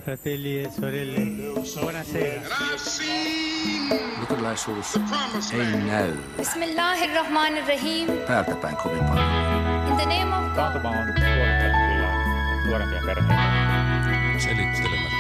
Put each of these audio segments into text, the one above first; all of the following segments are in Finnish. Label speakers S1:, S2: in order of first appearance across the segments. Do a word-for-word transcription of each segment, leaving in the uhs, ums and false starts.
S1: Fratelli e sorelle, buonasera.
S2: Luterilaisuus ei näy
S3: Bismillahirrahmanirrahim.
S2: täältä päin kovin paljon.
S3: In the name of God.
S4: Taantuma on tuonut kyllä nuorempia perheitä.
S2: Selittelemättä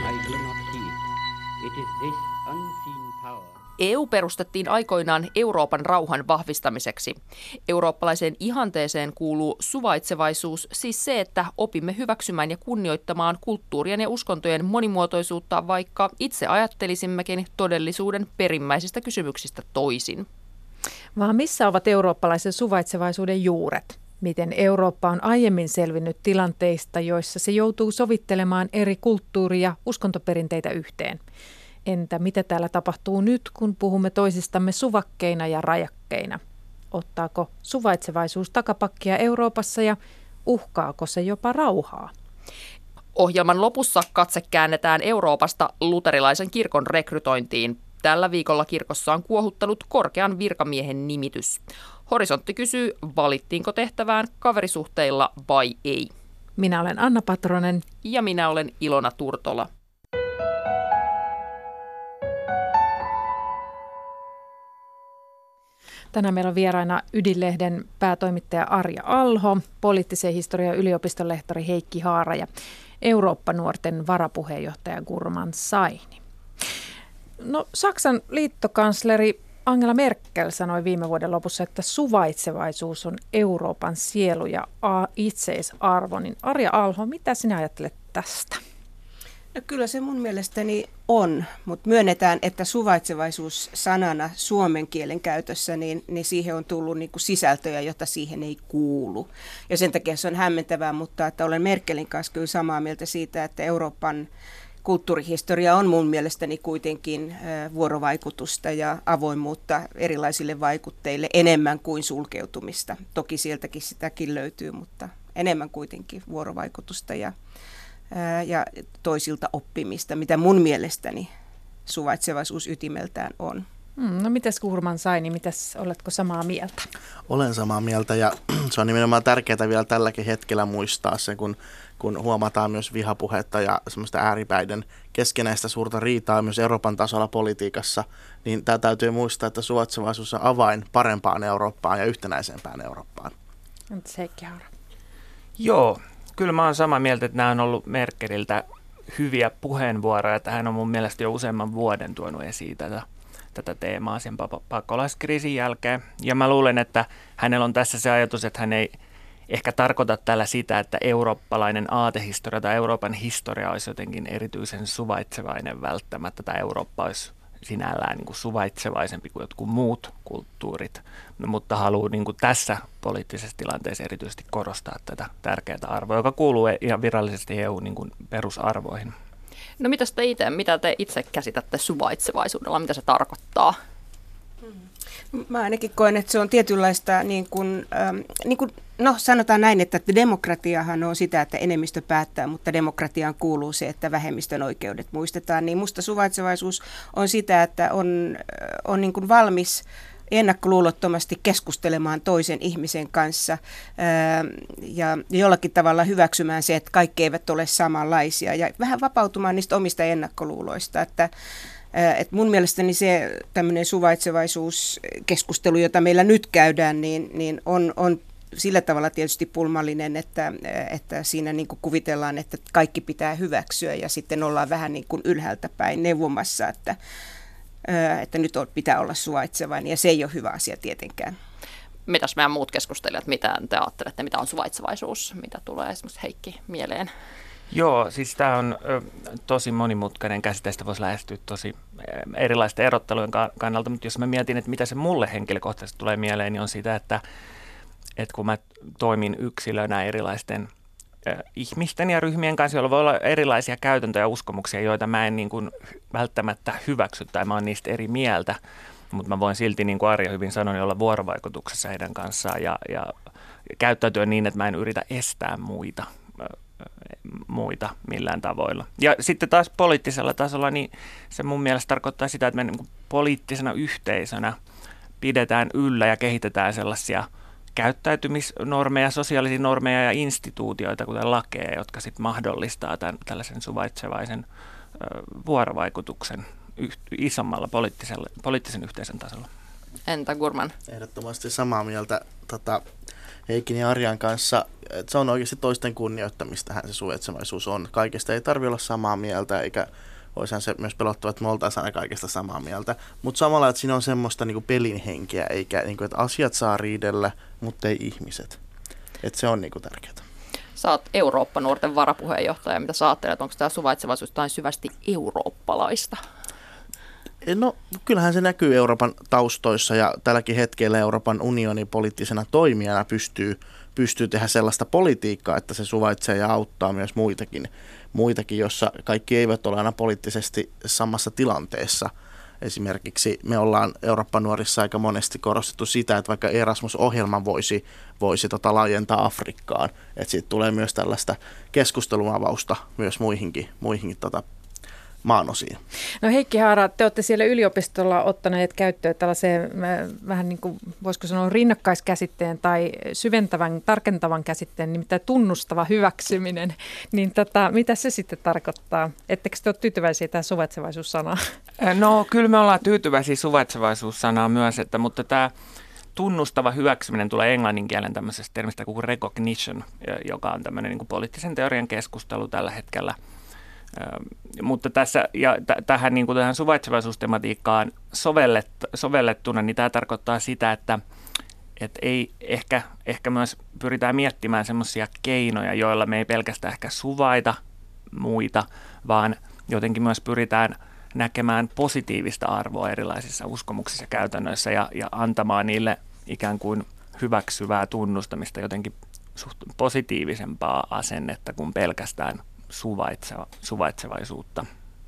S5: E U perustettiin aikoinaan Euroopan rauhan vahvistamiseksi. Eurooppalaiseen ihanteeseen kuuluu suvaitsevaisuus, siis se, että opimme hyväksymään ja kunnioittamaan kulttuurien ja uskontojen monimuotoisuutta, vaikka itse ajattelisimmekin todellisuuden perimmäisistä kysymyksistä toisin.
S6: Vaan missä ovat eurooppalaisen suvaitsevaisuuden juuret? Miten Eurooppa on aiemmin selvinnyt tilanteista, joissa se joutuu sovittelemaan eri kulttuuri- ja uskontoperinteitä yhteen? Entä mitä täällä tapahtuu nyt, kun puhumme toisistamme suvakkeina ja rajakkeina? Ottaako suvaitsevaisuus takapakkia Euroopassa ja uhkaako se jopa rauhaa?
S5: Ohjelman lopussa katse käännetään Euroopasta luterilaisen kirkon rekrytointiin. Tällä viikolla kirkossa on kuohuttanut korkean virkamiehen nimitys. Horisontti kysyy, valittiinko tehtävään kaverisuhteilla vai ei.
S6: Minä olen Anna Patronen.
S5: Ja minä olen Ilona Turtola.
S6: Tänään meillä on vieraina Ydinlehden päätoimittaja Arja Alho, poliittisen historian yliopiston lehtori Heikki Haara ja Eurooppa-nuorten varapuheenjohtaja Gurman Saini. No, Saksan liittokansleri Angela Merkel sanoi viime vuoden lopussa, että suvaitsevaisuus on Euroopan sielu ja itseisarvo. Niin Arja Alho, mitä sinä ajattelet tästä?
S7: No kyllä se mun mielestäni on, mutta myönnetään, että suvaitsevaisuus sanana suomen kielen käytössä, niin, niin siihen on tullut niin kuin sisältöjä, jota siihen ei kuulu. Ja sen takia se on hämmentävää, mutta että olen Merkelin kanssa kyllä samaa mieltä siitä, että Euroopan kulttuurihistoria on mun mielestäni kuitenkin vuorovaikutusta ja avoimuutta erilaisille vaikutteille enemmän kuin sulkeutumista. Toki sieltäkin sitäkin löytyy, mutta enemmän kuitenkin vuorovaikutusta ja ja toisilta oppimista, mitä mun mielestäni suvaitsevaisuus ytimeltään on.
S6: No mitäs Gurman Saini, mitäs, oletko samaa mieltä?
S8: Olen samaa mieltä ja se on nimenomaan tärkeää vielä tälläkin hetkellä muistaa se, kun, kun huomataan myös vihapuhetta ja semmoista ääripäiden keskenäistä suurta riitaa myös Euroopan tasolla politiikassa, niin tämä täytyy muistaa, että suvaitsevaisuus on avain parempaan Eurooppaan ja yhtenäisempään Eurooppaan.
S6: Entäs Heikki Haara?
S4: Joo. Kyllä mä oon samaa mieltä, että nämä on ollut Merkeliltä hyviä puheenvuoroja, että hän on mun mielestä jo useamman vuoden tuonut esiin tätä, tätä teemaa sen pakolaiskriisin jälkeen. Ja mä luulen, että hänellä on tässä se ajatus, että hän ei ehkä tarkoita tällä sitä, että eurooppalainen aatehistoria tai Euroopan historia olisi jotenkin erityisen suvaitsevainen välttämättä, tai Eurooppa olisi sinällään niin kuin suvaitsevaisempi kuin jotkut muut kulttuurit, no, mutta haluaa niin kuin tässä poliittisessa tilanteessa erityisesti korostaa tätä tärkeää arvoa, joka kuuluu ihan virallisesti E U:n niin kuin perusarvoihin.
S5: No mitäs te itse, mitä te itse käsitätte suvaitsevaisuudella, mitä se tarkoittaa?
S7: Mä ainakin koen, että se on tietynlaista, niin kuin, ähm, niin kuin, no sanotaan näin, että demokratiahan on sitä, että enemmistö päättää, mutta demokratiaan kuuluu se, että vähemmistön oikeudet muistetaan. Niin musta suvaitsevaisuus on sitä, että on, on niin kuin valmis ennakkoluulottomasti keskustelemaan toisen ihmisen kanssa ää, ja jollakin tavalla hyväksymään se, että kaikki eivät ole samanlaisia ja vähän vapautumaan niistä omista ennakkoluuloista, että Et mun mielestäni se tämmöinen suvaitsevaisuuskeskustelu, jota meillä nyt käydään, niin, niin on, on sillä tavalla tietysti pulmallinen, että, että siinä niin kuin kuvitellaan, että kaikki pitää hyväksyä ja sitten ollaan vähän niin kuin ylhäältä päin neuvomassa, että, että nyt pitää olla suvaitsevainen ja se ei ole hyvä asia tietenkään.
S5: Mitäs meidän muut keskustelijat, mitä te ajattelette, mitä on suvaitsevaisuus, mitä tulee esimerkiksi Heikki mieleen?
S4: Joo, siis tämä on ö, tosi monimutkainen käsite, sitä voisi lähestyä tosi erilaisten erottelujen kannalta, mutta jos mä mietin, että mitä se mulle henkilökohtaisesti tulee mieleen, niin on sitä, että, että kun mä toimin yksilönä erilaisten ö, ihmisten ja ryhmien kanssa, joilla voi olla erilaisia käytäntöjä ja uskomuksia, joita mä en niin kuin välttämättä hyväksy tai mä oon niistä eri mieltä, mutta mä voin silti, niin kuin Arja hyvin sanoi, olla vuorovaikutuksessa heidän kanssaan ja, ja käyttäytyä niin, että mä en yritä estää muita. muita millään tavoilla. Ja sitten taas poliittisella tasolla, niin se mun mielestä tarkoittaa sitä, että me niin kuin poliittisena yhteisönä pidetään yllä ja kehitetään sellaisia käyttäytymisnormeja, sosiaalisia normeja ja instituutioita, kuten lakeja, jotka sitten mahdollistaa tämän, tällaisen suvaitsevaisen ö, vuorovaikutuksen yh, isommalla poliittisen yhteisön tasolla.
S5: Entä Gurman?
S8: Ehdottomasti samaa mieltä tota, Heikin ja Arjan kanssa. Se on oikeasti toisten kunnioittamistahan se suvaitsevaisuus on. Kaikesta ei tarvitse olla samaa mieltä, eikä olisihan se myös pelottava, että me oltaisiin aina kaikesta samaa mieltä. Mutta samalla, että siinä on semmoista niinku pelin henkeä, eikä niinku, että asiat saa riidellä, mutta ei ihmiset. Että se on niinku tärkeää.
S5: Sä oot Eurooppa-nuorten varapuheenjohtaja. Mitä sä ajattelet, onko tämä suvaitsevaisuus jotain syvästi eurooppalaista?
S8: No kyllähän se näkyy Euroopan taustoissa ja tälläkin hetkellä Euroopan unionin poliittisena toimijana pystyy, pystyy tehdä sellaista politiikkaa, että se suvaitsee ja auttaa myös muitakin, muitakin, jossa kaikki eivät ole aina poliittisesti samassa tilanteessa. Esimerkiksi me ollaan Euroopan nuorissa aika monesti korostettu sitä, että vaikka Erasmus-ohjelma voisi, voisi tota laajentaa Afrikkaan, että siitä tulee myös tällaista keskustelunavausta myös muihinkin, muihinkin tota maanosiin.
S6: No Heikki Haara, te olette siellä yliopistolla ottaneet käyttöön tällaiseen vähän niin kuin, voisiko sanoa rinnakkaiskäsitteen tai syventävän, tarkentavan käsitteen, nimittäin tunnustava hyväksyminen. Niin tota, mitä se sitten tarkoittaa? Ettekö te ole tyytyväisiä tähän suvaitsevaisuussanaan?
S4: No kyllä me ollaan tyytyväisiä suvaitsevaisuussanaan myös, että, mutta tämä tunnustava hyväksyminen tulee englannin kielen tämmöisestä termistä kuin recognition, joka on tämmöinen niin kuin poliittisen teorian keskustelu tällä hetkellä. Mutta tässä, ja t- tähän, niin kuin tähän suvaitsevaisuustematiikkaan sovellet, sovellettuna, niin tämä tarkoittaa sitä, että et ei ehkä, ehkä myös pyritään miettimään semmoisia keinoja, joilla me ei pelkästään ehkä suvaita muita, vaan jotenkin myös pyritään näkemään positiivista arvoa erilaisissa uskomuksissa ja käytännöissä ja, ja antamaan niille ikään kuin hyväksyvää tunnustamista, jotenkin suht positiivisempaa asennetta kuin pelkästään Suvaitseva, suvaitsevaisuutta.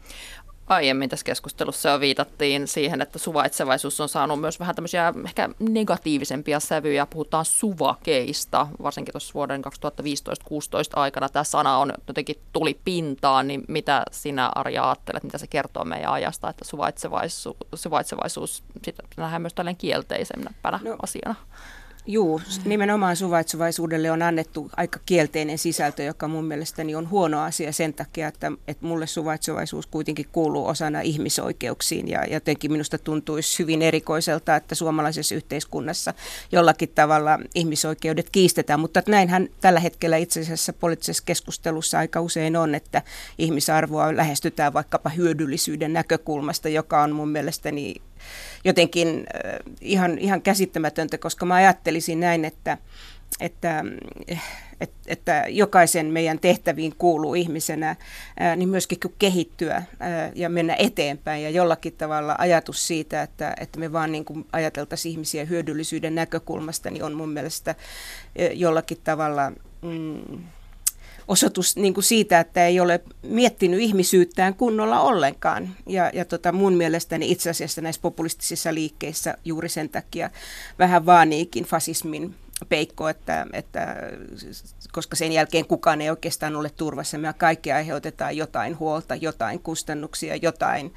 S5: Aiemmin tässä keskustelussa jo viitattiin siihen, että suvaitsevaisuus on saanut myös vähän tämmöisiä ehkä negatiivisempia sävyjä. Puhutaan suvakeista, varsinkin tuossa vuoden kaksituhattaviisitoista kuusitoista aikana tämä sana on jotenkin tuli pintaan. Niin mitä sinä, Arja, ajattelet, mitä se kertoo meidän ajasta, että suvaitsevaisuus, suvaitsevaisuus sitä nähdään myös tällainen kielteisempänä no. asiana?
S7: Juu, nimenomaan suvaitsevaisuudelle on annettu aika kielteinen sisältö, joka mun mielestäni on huono asia sen takia, että, että mulle suvaitsevaisuus kuitenkin kuuluu osana ihmisoikeuksiin ja jotenkin minusta tuntuisi hyvin erikoiselta, että suomalaisessa yhteiskunnassa jollakin tavalla ihmisoikeudet kiistetään, mutta näinhän tällä hetkellä itse asiassa poliittisessa keskustelussa aika usein on, että ihmisarvoa lähestytään vaikkapa hyödyllisyyden näkökulmasta, joka on mun mielestäni jotenkin äh, ihan, ihan käsittämätöntä, koska mä ajattelisin näin, että, että, että, että jokaisen meidän tehtäviin kuuluu ihmisenä äh, niin myöskin kehittyä äh, ja mennä eteenpäin ja jollakin tavalla ajatus siitä, että, että me vaan niin kuin ajateltaisiin ihmisiä hyödyllisyyden näkökulmasta, niin on mun mielestä äh, jollakin tavalla mm, osoitus niin kuin siitä, että ei ole miettinyt ihmisyyttään kunnolla ollenkaan. Ja, ja tota mun mielestäni itse asiassa näissä populistisissa liikkeissä juuri sen takia vähän vaaniikin fasismin peikko, että, että, koska sen jälkeen kukaan ei oikeastaan ole turvassa. Me kaikki aiheutetaan jotain huolta, jotain kustannuksia, jotain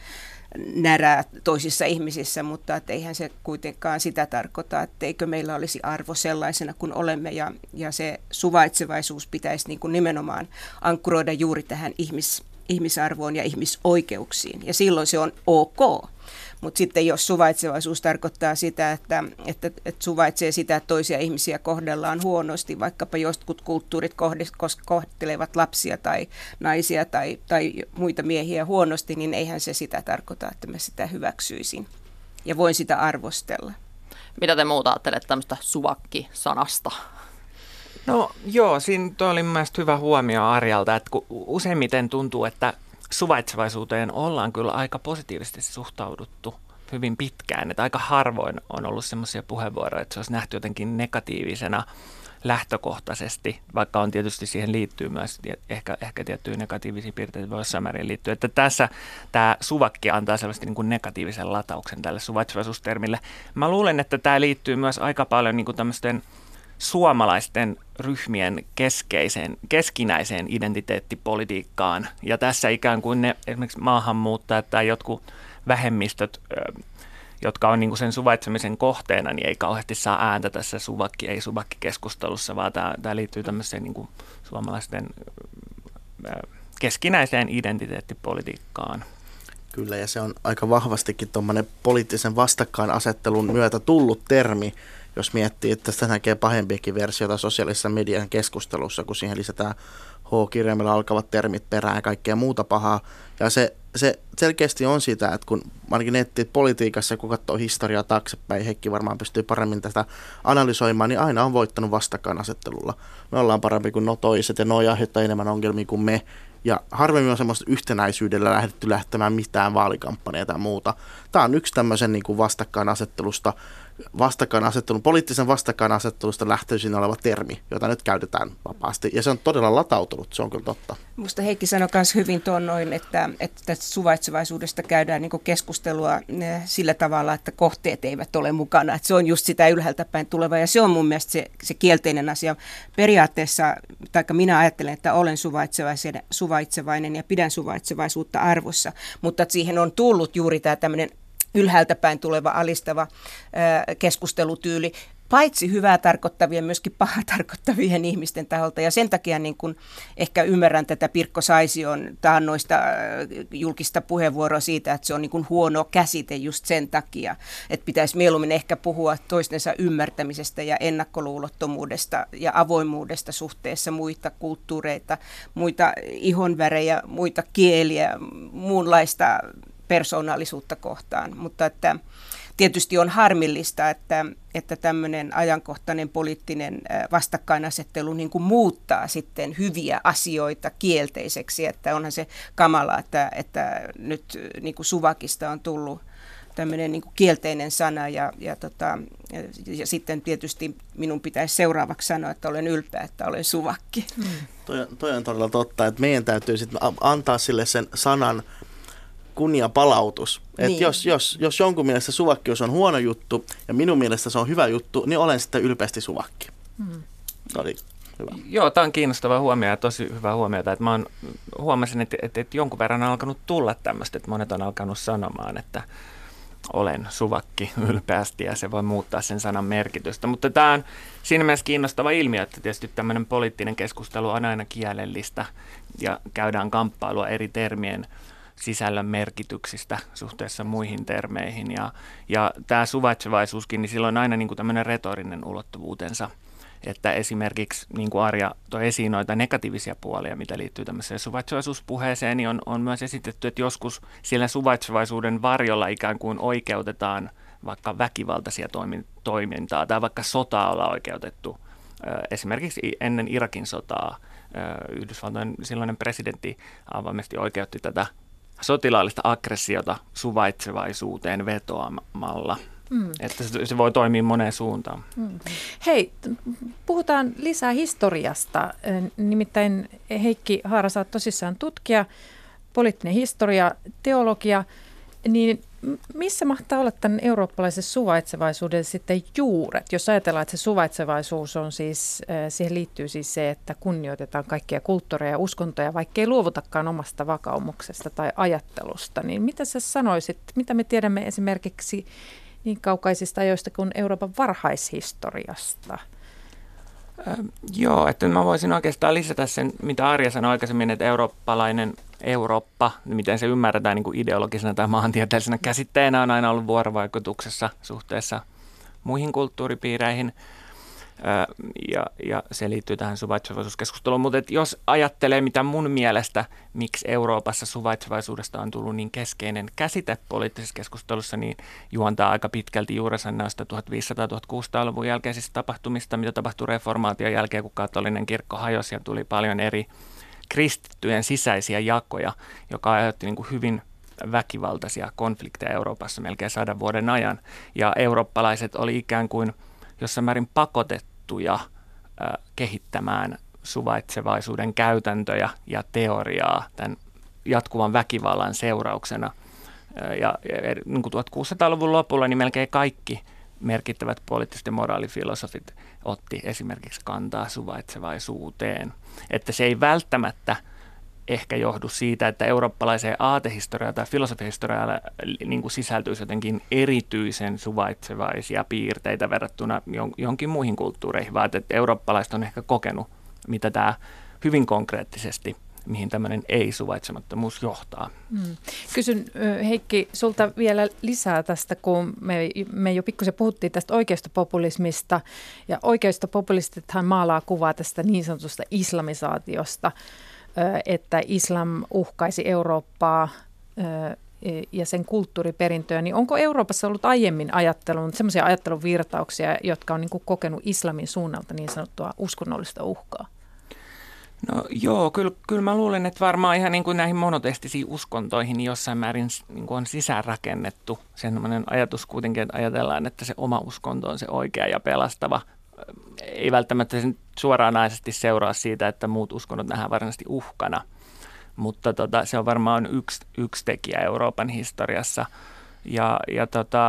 S7: närää toisissa ihmisissä, mutta et eihän se kuitenkaan sitä tarkoita, etteikö meillä olisi arvo sellaisena kuin olemme ja, ja se suvaitsevaisuus pitäisi niin kuin nimenomaan ankkuroida juuri tähän ihmis, ihmisarvoon ja ihmisoikeuksiin ja silloin se on ok. Mutta sitten jos suvaitsevaisuus tarkoittaa sitä, että, että, että suvaitsee sitä, että toisia ihmisiä kohdellaan huonosti, vaikkapa jostkut kulttuurit kohtelevat lapsia tai naisia tai, tai muita miehiä huonosti, niin eihän se sitä tarkoita, että mä sitä hyväksyisin ja voin sitä arvostella.
S5: Mitä te muuta ajattelette tämmöistä suvakki-sanasta?
S4: No joo, siinä oli mielestäni hyvä huomio Arjalta, että kun useimmiten tuntuu, että suvaitsevaisuuteen ollaan kyllä aika positiivisesti suhtauduttu hyvin pitkään. Että aika harvoin on ollut semmoisia puheenvuoroja, että se olisi nähty jotenkin negatiivisena lähtökohtaisesti, vaikka on tietysti siihen liittyy myös ehkä, ehkä tiettyjä negatiivisia piirteitä jossain määrin liittyy. Että tässä tämä suvakki antaa selvästi niin kuin negatiivisen latauksen tälle suvaitsevaisuustermille. Mä luulen, että tämä liittyy myös aika paljon niin kuin tämmöisten suomalaisten ryhmien keskeiseen, keskinäiseen identiteettipolitiikkaan. Ja tässä ikään kuin ne esimerkiksi maahanmuuttajat tai jotkut vähemmistöt jotka on niin kuin sen suvaitsemisen kohteena, niin ei kauheasti saa ääntä tässä suvakki, ei suvakki-keskustelussa, vaan tämä, tämä liittyy tämmöiseen niin kuin suomalaisten keskinäiseen identiteettipolitiikkaan.
S8: Kyllä, ja se on aika vahvastikin tuommoinen poliittisen vastakkainasettelun myötä tullut termi, jos miettii, että tästä näkee pahempiakin versioita sosiaalisessa median keskustelussa, kun siihen lisätään H-kirjaimella alkavat termit perään ja kaikkea muuta pahaa. Ja se, se selkeästi on sitä, että kun ainakin netti politiikassa, kun katsoo historiaa taaksepäin, Heikki varmaan pystyy paremmin tätä analysoimaan, niin aina on voittanut vastakkainasettelulla. Me ollaan parempi kuin no toiset ja no aiheuttaa enemmän ongelmia kuin me. Ja harvemmin on semmoista yhtenäisyydellä lähdetty lähtemään mitään vaalikampanjaa tai muuta. Tämä on yksi tämmöisen niin kuin vastakkainasettelusta, vastakkainasettelun, poliittisen vastakkainasettelusta lähtöisin oleva termi, jota nyt käytetään vapaasti. Ja se on todella latautunut, se on kyllä totta.
S7: Minusta Heikki sanoi myös hyvin tuon noin, että, että tästä suvaitsevaisuudesta käydään niin kuin keskustelua sillä tavalla, että kohteet eivät ole mukana. Että se on just sitä ylhäältä päin tuleva ja se on mun mielestä se, se kielteinen asia. Periaatteessa, taikka minä ajattelen, että olen suvaitsevainen, suvaitsevainen ja pidän suvaitsevaisuutta arvossa, mutta että siihen on tullut juuri tämä tämmöinen ylhäältä päin tuleva alistava ää, keskustelutyyli, paitsi hyvää tarkoittavien, myöskin pahaa tarkoittavien ihmisten taholta. Ja sen takia niin kun ehkä ymmärrän tätä Pirkko Saision taannoista ää, julkista puheenvuoroa siitä, että se on niin kun huono käsite just sen takia, että pitäisi mieluummin ehkä puhua toistensa ymmärtämisestä ja ennakkoluulottomuudesta ja avoimuudesta suhteessa muita kulttuureita, muita ihonvärejä, muita kieliä, muunlaista persoonallisuutta kohtaan, mutta että tietysti on harmillista, että, että tämmöinen ajankohtainen poliittinen vastakkainasettelu niin kuin muuttaa sitten hyviä asioita kielteiseksi, että onhan se kamala, että, että nyt niin kuin suvakista on tullut tämmöinen niin kuin kielteinen sana ja, ja, tota, ja, ja sitten tietysti minun pitäisi seuraavaksi sanoa, että olen ylpeä, että olen suvakki. Hmm.
S8: Toi, toi on todella totta, että meidän täytyy sitten antaa sille sen sanan kunniapalautus. Että niin. jos, jos, jos jonkun mielestä suvakkius on huono juttu ja minun mielestä se on hyvä juttu, niin olen sitten ylpeästi suvakki. Mm. Se oli hyvä.
S4: Joo, tämä on kiinnostava huomio ja tosi hyvä huomiota. Että mä oon, huomasin, että, että, että jonkun verran on alkanut tulla tämmöistä, että monet on alkanut sanomaan, että olen suvakki ylpeästi ja se voi muuttaa sen sanan merkitystä. Mutta tämä on siinä mielessä kiinnostava ilmiö, että tietysti tämmöinen poliittinen keskustelu on aina kielellistä ja käydään kamppailua eri termien sisällön merkityksistä suhteessa muihin termeihin. Ja, ja tämä suvaitsevaisuuskin, niin sillä on aina niin kuin tämmöinen retorinen ulottuvuutensa, että esimerkiksi niin kuin Arja toi esiin noita negatiivisia puolia, mitä liittyy tämmöiseen suvaitsevaisuuspuheeseen, niin on, on myös esitetty, että joskus siellä suvaitsevaisuuden varjolla ikään kuin oikeutetaan vaikka väkivaltaisia toimintaa tai vaikka sotaa olla oikeutettu. Esimerkiksi ennen Irakin sotaa Yhdysvaltojen silloinen presidentti avoimesti oikeutti tätä sotilaallista aggressiota suvaitsevaisuuteen vetoamalla. Mm. Että se voi toimia moneen suuntaan. Mm.
S6: Hei, puhutaan lisää historiasta. Nimittäin Heikki Haara, sä oot tosissaan tutkija, poliittinen historia, teologia, niin missä mahtaa olla tämän eurooppalaisen suvaitsevaisuuden sitten juuret? Jos ajatellaan, että se suvaitsevaisuus on siis, siihen liittyy siis se, että kunnioitetaan kaikkia kulttuureja ja uskontoja, vaikka ei luovutakaan omasta vakaumuksesta tai ajattelusta, niin mitä sä sanoisit, mitä me tiedämme esimerkiksi niin kaukaisista ajoista kuin Euroopan varhaishistoriasta?
S4: Äh, joo, että mä voisin oikeastaan lisätä sen, mitä Arja sanoi aikaisemmin, että eurooppalainen Eurooppa, miten se ymmärretään niin kuin ideologisena tai maantieteellisenä käsitteenä, on aina ollut vuorovaikutuksessa suhteessa muihin kulttuuripiireihin. Ja, ja se liittyy tähän suvaitsevaisuuskeskusteluun. Mutta jos ajattelee, mitä mun mielestä, miksi Euroopassa suvaitsevaisuudesta on tullut niin keskeinen käsite poliittisessa keskustelussa, niin juontaa aika pitkälti juurensa näistä tuhatviisisataa-tuhatkuusisataaluvun jälkeisistä tapahtumista, mitä tapahtui reformaation jälkeen, kun katolinen kirkko hajosi ja tuli paljon eri kristittyjen sisäisiä jakoja, joka aiheutti niin kuin hyvin väkivaltaisia konflikteja Euroopassa melkein sadan vuoden ajan. Ja eurooppalaiset oli ikään kuin jossain määrin pakotettuja äh, kehittämään suvaitsevaisuuden käytäntöjä ja teoriaa tämän jatkuvan väkivallan seurauksena. Äh, ja, ja niin kuin tuhatkuusisataaluvun lopulla niin melkein kaikki merkittävät poliittiset ja moraalifilosofit otti esimerkiksi kantaa suvaitsevaisuuteen. Että se ei välttämättä ehkä johdu siitä, että eurooppalaiseen aatehistoriaan tai filosofiahistoriaan niin kuin sisältyisi jotenkin erityisen suvaitsevaisia piirteitä verrattuna johonkin muihin kulttuureihin, vaan että eurooppalaiset on ehkä kokenut, mitä tämä hyvin konkreettisesti, mihin tämmöinen ei-suvaitsemattomuus johtaa.
S6: Hmm. Kysyn Heikki sulta vielä lisää tästä, kun me, me jo pikkusen puhuttiin tästä oikeistopopulismista, ja oikeistopopulistithan maalaa kuvaa tästä niin sanotusta islamisaatiosta, että islam uhkaisi Eurooppaa ja sen kulttuuriperintöä, niin onko Euroopassa ollut aiemmin ajattelun, semmoisia ajattelun virtauksia, jotka on niin kuin kokenut islamin suunnalta niin sanottua uskonnollista uhkaa?
S4: No joo, kyllä, kyllä mä luulen, että varmaan ihan niin kuin näihin monoteistisiin uskontoihin jossain määrin niin kuin on sisäänrakennettu sellainen ajatus kuitenkin, että ajatellaan, että se oma uskonto on se oikea ja pelastava. Ei välttämättä sen suoranaisesti seuraa siitä, että muut uskonnot nähdään varsinaisesti uhkana, mutta tota, se on varmaan yksi, yksi tekijä Euroopan historiassa. Ja, ja tota,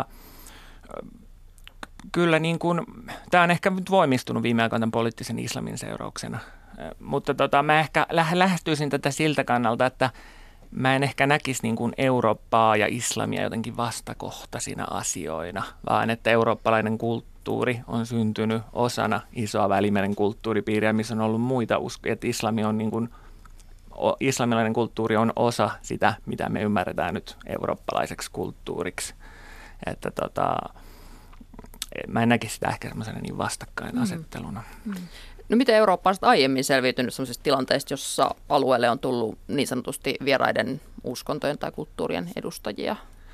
S4: kyllä niin kuin, tämä on ehkä nyt voimistunut viime aikoina tämän poliittisen islamin seurauksena, mutta tota, mä ehkä lähestyisin tätä siltä kannalta, että mä en ehkä näkisi niin kuin Eurooppaa ja islamia jotenkin vastakohtaisina asioina, vaan että eurooppalainen kulttuuri on syntynyt osana isoa Välimeren kulttuuripiiriä, missä on ollut muita uskoja, että islami on niin kuin, islamilainen kulttuuri on osa sitä, mitä me ymmärretään nyt eurooppalaiseksi kulttuuriksi. Että tota, mä en näkisi sitä ehkä semmoisena niin vastakkainasetteluna. Mm. Mm.
S5: No miten Eurooppa on aiemmin selviytynyt sellaisista tilanteista, jossa alueelle on tullut niin sanotusti vieraiden uskontojen tai kulttuurien edustajia?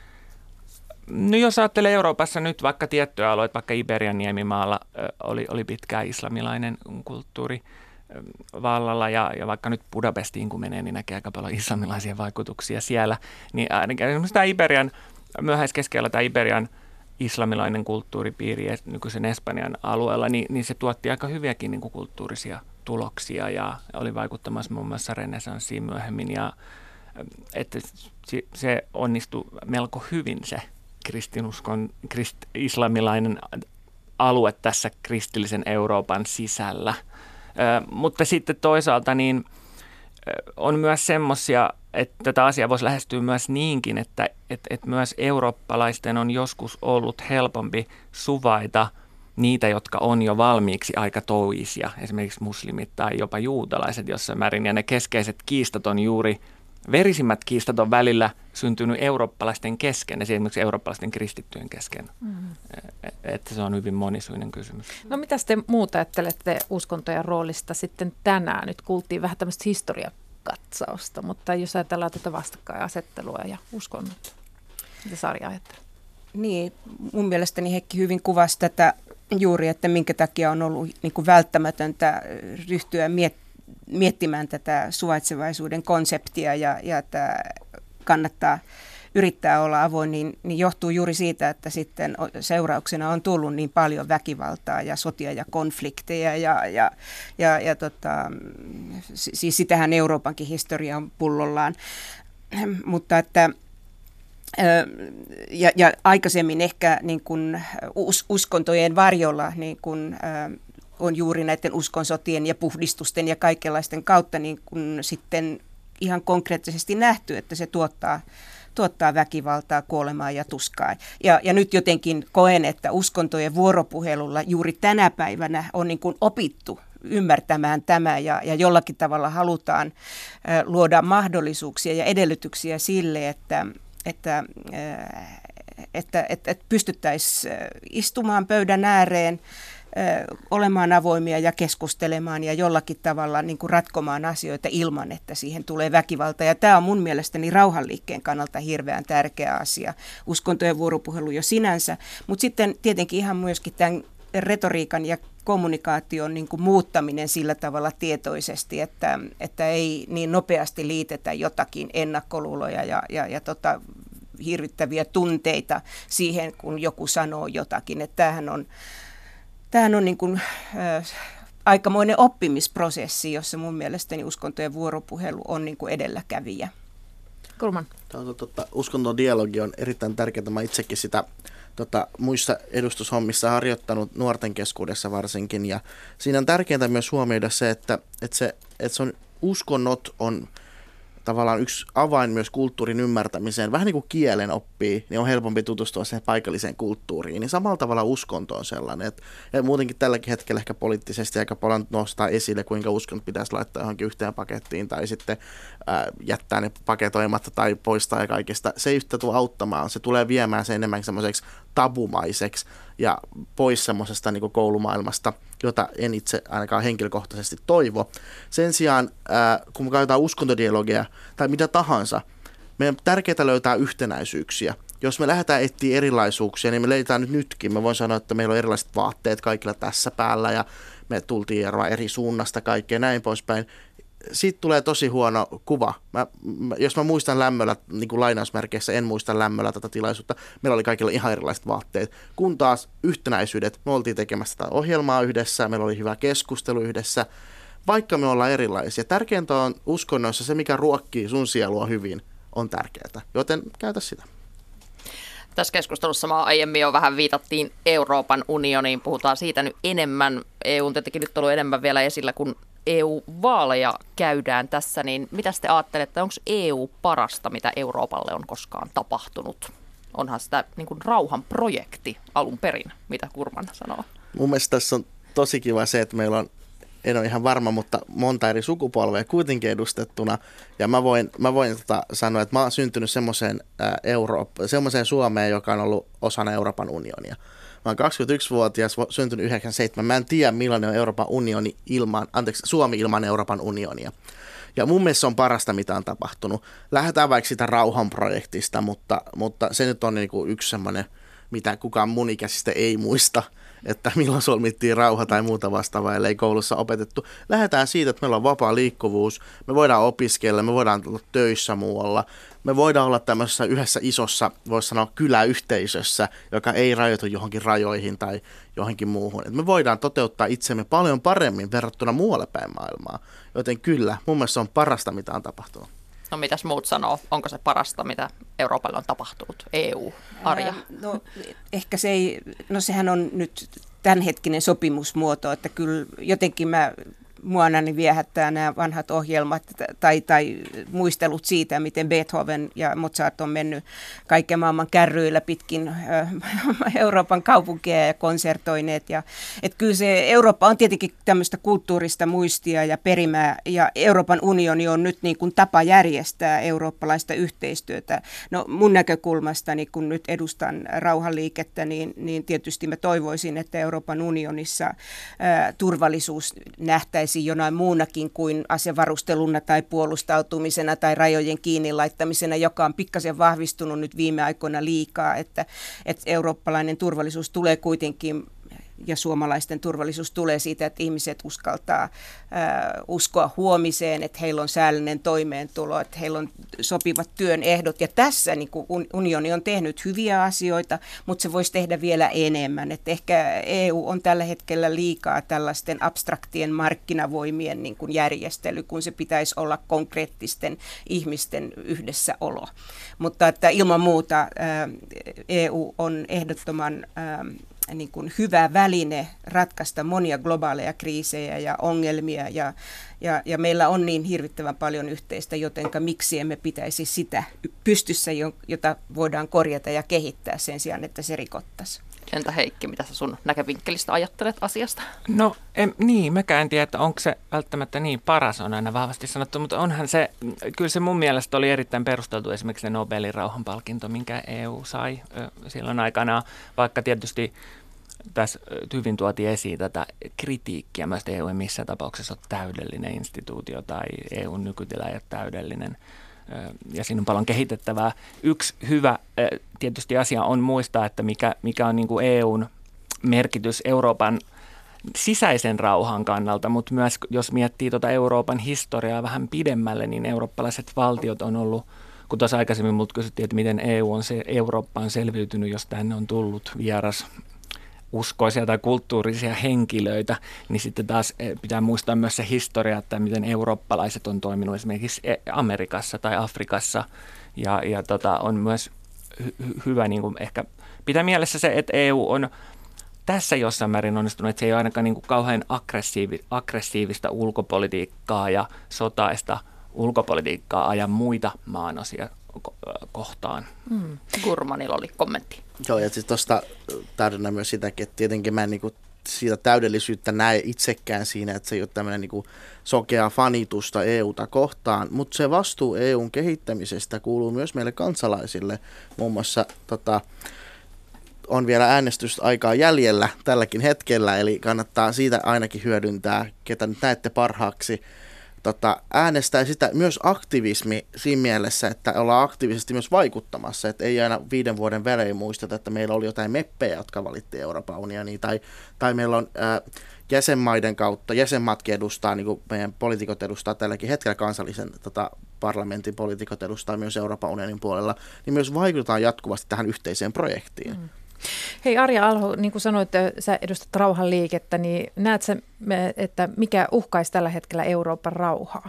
S4: No jos ajattelee Euroopassa nyt vaikka tiettyjä alueita, vaikka Iberian niemimaalla oli, oli pitkään islamilainen kulttuuri vallalla ja, ja vaikka nyt Budapestiin kun menee, niin näkee aika paljon islamilaisia vaikutuksia siellä. Niin ainakin esimerkiksi tämä Iberian, myöhäiskeskellä tämä Iberian islamilainen kulttuuripiiri nykyisen Espanjan alueella, niin, niin se tuotti aika hyviäkin niin kuin kulttuurisia tuloksia ja oli vaikuttamassa muun muassa renessanssiin myöhemmin. Ja, että se onnistui melko hyvin se kristinuskon, krist, islamilainen alue tässä kristillisen Euroopan sisällä. Ö, mutta sitten toisaalta niin on myös semmoisia, että tätä asiaa voisi lähestyä myös niinkin, että, että, että myös eurooppalaisten on joskus ollut helpompi suvaita niitä, jotka on jo valmiiksi aika toisia, esimerkiksi muslimit tai jopa juutalaiset jossain määrin. Ja ne keskeiset kiistat on juuri, verisimmät kiistat on välillä syntynyt eurooppalaisten kesken, esimerkiksi eurooppalaisten kristittyjen kesken. Mm-hmm. Että se on hyvin monisuinen kysymys.
S6: No mitä te muuta ajattelette uskontojen roolista sitten tänään? Nyt kuultiin vähän tämmöistä historiakatsausta, mutta jos ajatellaan tätä vastakkainasettelua ja uskonnot, mitä Sarja ajattelee?
S7: Niin, mun mielestäni Heikki hyvin kuvasi tätä juuri, että minkä takia on ollut niin kuin välttämätöntä ryhtyä miettimään, miettimään tätä suvaitsevaisuuden konseptia ja, ja että kannattaa yrittää olla avoin, niin, niin johtuu juuri siitä, että sitten seurauksena on tullut niin paljon väkivaltaa ja sotia ja konflikteja ja, ja, ja, ja tota, siis sitähän Euroopankin historia on pullollaan, mutta että ja, ja aikaisemmin ehkä niin kuin us, uskontojen varjolla niin kuin, on juuri näiden uskonsotien ja puhdistusten ja kaikenlaisten kautta niin kun sitten ihan konkreettisesti nähty, että se tuottaa, tuottaa väkivaltaa, kuolemaa ja tuskaa. Ja, ja nyt jotenkin koen, että uskontojen vuoropuhelulla juuri tänä päivänä on niin kuin opittu ymmärtämään tämä ja, ja jollakin tavalla halutaan äh, luoda mahdollisuuksia ja edellytyksiä sille, että, että, äh, että, että, että pystyttäisiin istumaan pöydän ääreen, olemaan avoimia ja keskustelemaan ja jollakin tavalla niin kuin ratkomaan asioita ilman, että siihen tulee väkivalta. Ja tämä on mun mielestäni rauhanliikkeen kannalta hirveän tärkeä asia, uskontojen vuoropuhelu jo sinänsä, mutta sitten tietenkin ihan myöskin tämän retoriikan ja kommunikaation niin kuin muuttaminen sillä tavalla tietoisesti, että, että ei niin nopeasti liitetä jotakin ennakkoluuloja ja, ja, ja tota, hirvittäviä tunteita siihen, kun joku sanoo jotakin. Että tämähän on Tämähän on niin kuin, äh, aikamoinen oppimisprosessi, jossa mun mielestäni uskontojen vuoropuhelu on niin kuin edelläkävijä.
S6: Kulman.
S8: Tota, uskontodialogi on erittäin tärkeää. Mä itsekin sitä tota, muissa edustushommissa harjoittanut nuorten keskuudessa varsinkin. Ja siinä on tärkeää myös huomioida se, että, että, se, että se on, uskonnot on tavallaan yksi avain myös kulttuurin ymmärtämiseen, vähän niin kuin kielen oppii, niin on helpompi tutustua siihen paikalliseen kulttuuriin. Niin samalla tavalla uskonto on sellainen, että ja muutenkin tälläkin hetkellä ehkä poliittisesti aika paljon nostaa esille, kuinka uskonnot pitäisi laittaa johonkin yhteen pakettiin tai sitten ää, jättää ne paketoimatta tai poistaa ja kaikesta. Se ei yhtä tule auttamaan, se tulee viemään se enemmän semmoiseksi tabumaiseksi ja pois semmoisesta niin kuin koulumaailmasta, jota en itse ainakaan henkilökohtaisesti toivo. Sen sijaan, ää, kun me käytetään uskontodialogia tai mitä tahansa, meidän on tärkeää löytää yhtenäisyyksiä. Jos me lähdetään etsiä erilaisuuksia, niin me löydetään nyt nytkin. Mä voin sanoa, että meillä on erilaiset vaatteet kaikilla tässä päällä ja me tultiin eroa eri suunnasta kaikkea näin poispäin. Siitä tulee tosi huono kuva. Mä, mä, jos mä muistan lämmöllä, niin kuin lainausmerkeissä en muista lämmöllä tätä tilaisuutta, meillä oli kaikilla ihan erilaiset vaatteet. Kun taas yhtenäisyydet, me oltiin tekemässä tätä ohjelmaa yhdessä, meillä oli hyvä keskustelu yhdessä, vaikka me ollaan erilaisia. Tärkeintä on uskonnoissa se, mikä ruokkii sun sielua hyvin, on tärkeää, joten käytä sitä.
S5: Tässä keskustelussa mä aiemmin jo vähän viitattiin Euroopan unioniin, puhutaan siitä nyt enemmän. E U on tietenkin nyt ollut enemmän vielä esillä, kun E U-vaaleja käydään tässä, niin mitä te ajattelette, onko E U parasta, mitä Euroopalle on koskaan tapahtunut? Onhan sitä niin kuin rauhanprojekti alun perin, mitä Kurman sanoo.
S8: Mun mielestä tässä on tosi kiva se, että meillä on, en ole ihan varma, mutta monta eri sukupolvea kuitenkin edustettuna. Ja mä voin, mä voin tota sanoa, että mä oon syntynyt semmoiseen, ää, Eurooppa, semmoiseen Suomeen, joka on ollut osana Euroopan unionia. Mä oon kaksikymmentäyksivuotias, syntynyt yhdeksänkymmentäseitsemän. Mä en tiedä, millainen on Euroopan unioni ilman, anteeksi, Suomi ilman Euroopan unionia. Ja mun mielestä se on parasta, mitä on tapahtunut. Lähdetään vaikka sitä rauhanprojektista, mutta, mutta se nyt on niin kuin yksi semmoinen, mitä kukaan mun ikäisistä ei muista, että milloin solmittiin rauha tai muuta vastaavaa, ellei koulussa opetettu. Lähdetään siitä, että meillä on vapaa liikkuvuus, me voidaan opiskella, me voidaan olla töissä muualla, me voidaan olla tämmöisessä yhdessä isossa, voisi sanoa kyläyhteisössä, joka ei rajoitu johonkin rajoihin tai johonkin muuhun. Et me voidaan toteuttaa itsemme paljon paremmin verrattuna muualle päin maailmaa, joten kyllä, mun mielestä se on parasta, mitä on tapahtunut.
S5: No mitäs muut sanoo? Onko se parasta, mitä Euroopalle on tapahtunut? E U, Arja?
S7: Ää, no ehkä se ei, no sehän on nyt tämänhetkinen sopimusmuoto, että kyllä jotenkin mä muanani viehättää nämä vanhat ohjelmat tai, tai muistelut siitä, miten Beethoven ja Mozart on mennyt kaiken maailman kärryillä pitkin äh, Euroopan kaupunkeja ja konsertoineet. Ja, et kyllä se Eurooppa on tietenkin tämmöistä kulttuurista muistia ja perimää, ja Euroopan unioni on nyt niin kuin tapa järjestää eurooppalaista yhteistyötä. No mun näkökulmastani, kun nyt edustan rauhanliikettä, niin, niin tietysti mä toivoisin, että Euroopan unionissa äh, turvallisuus nähtäisiin jonain muunakin kuin asevarusteluna tai puolustautumisena tai rajojen kiinni laittamisena, joka on pikkasen vahvistunut nyt viime aikoina liikaa, että, että eurooppalainen turvallisuus tulee kuitenkin ja suomalaisten turvallisuus tulee siitä, että ihmiset uskaltaa ää, uskoa huomiseen, että heillä on säällinen toimeentulo, että heillä on sopivat työn ehdot. Ja tässä niin kuin unioni on tehnyt hyviä asioita, mutta se voisi tehdä vielä enemmän. Että ehkä E U on tällä hetkellä liikaa tällaisten abstraktien markkinavoimien niin kuin järjestely, kun se pitäisi olla konkreettisten ihmisten yhdessäolo. Mutta että ilman muuta ää, E U on ehdottoman ää, niin kuin hyvä väline ratkaista monia globaaleja kriisejä ja ongelmia, ja, ja, ja meillä on niin hirvittävän paljon yhteistä, jotenka miksi emme pitäisi sitä pystyssä, jota voidaan korjata ja kehittää sen sijaan, että se rikottaisiin.
S5: Entä Heikki, mitä sä sun näkövinkkelistä ajattelet asiasta?
S4: No en, niin, mäkään en tiedä, että onko se välttämättä niin paras, on aina vahvasti sanottu, mutta onhan se, kyllä se mun mielestä oli erittäin perusteltu esimerkiksi se Nobelin rauhanpalkinto, minkä E U sai ö, silloin aikanaan, vaikka tietysti tässä hyvin tuotiin esiin tätä kritiikkiä myös, että E U ei missään tapauksessa ole täydellinen instituutio tai E U:n nykytila ei ole täydellinen. Ja siinä on paljon kehitettävää. Yksi hyvä tietysti asia on muistaa, että mikä, mikä on niin kuin E U:n merkitys Euroopan sisäisen rauhan kannalta, mutta myös jos miettii tuota Euroopan historiaa vähän pidemmälle, niin eurooppalaiset valtiot on ollut, kun tuossa aikaisemmin mut kysyttiin, että miten E U on se, Eurooppa on selviytynyt, jos tänne on tullut vieras uskoisia tai kulttuurisia henkilöitä, niin sitten taas pitää muistaa myös se historia, että miten eurooppalaiset on toiminut esimerkiksi Amerikassa tai Afrikassa, ja, ja tota, on myös hy- hyvä niin kuin ehkä pitää mielessä se, että E U on tässä jossain määrin onnistunut, että se ei ole ainakaan niin kuin kauhean aggressiivi, aggressiivista ulkopolitiikkaa ja sotaista ulkopolitiikkaa aja muita maanosia kohtaan.
S5: Mm. Gurmanilla oli kommentti.
S8: Joo, ja siis tuosta täydennän myös sitäkin, että tietenkin mä en niinku siitä täydellisyyttä näe itsekään siinä, että se ei ole tämmöinen niinku sokea fanitusta E U:ta kohtaan, mutta se vastuu E U:n kehittämisestä kuuluu myös meille kansalaisille. Muun muassa tota, on vielä äänestysaikaa jäljellä tälläkin hetkellä, eli kannattaa siitä ainakin hyödyntää, ketä nyt näette parhaaksi. Tota, äänestää sitä myös aktivismi siinä mielessä, että ollaan aktiivisesti myös vaikuttamassa, että ei aina viiden vuoden välein muisteta, että meillä oli jotain meppejä, jotka valittiin Euroopan unioniin, tai, tai meillä on ää, jäsenmaiden kautta, jäsenmaatkin edustaa, niin kuin meidän poliitikot edustaa tälläkin hetkellä kansallisen tota, parlamentin poliitikot edustaa myös Euroopan unionin puolella, niin myös vaikutetaan jatkuvasti tähän yhteiseen projektiin. Mm.
S6: Hei Arja Alho, niin kuin sanoit, että sä edustat rauhanliikettä, niin näet sä, että mikä uhkaisi tällä hetkellä Euroopan rauhaa?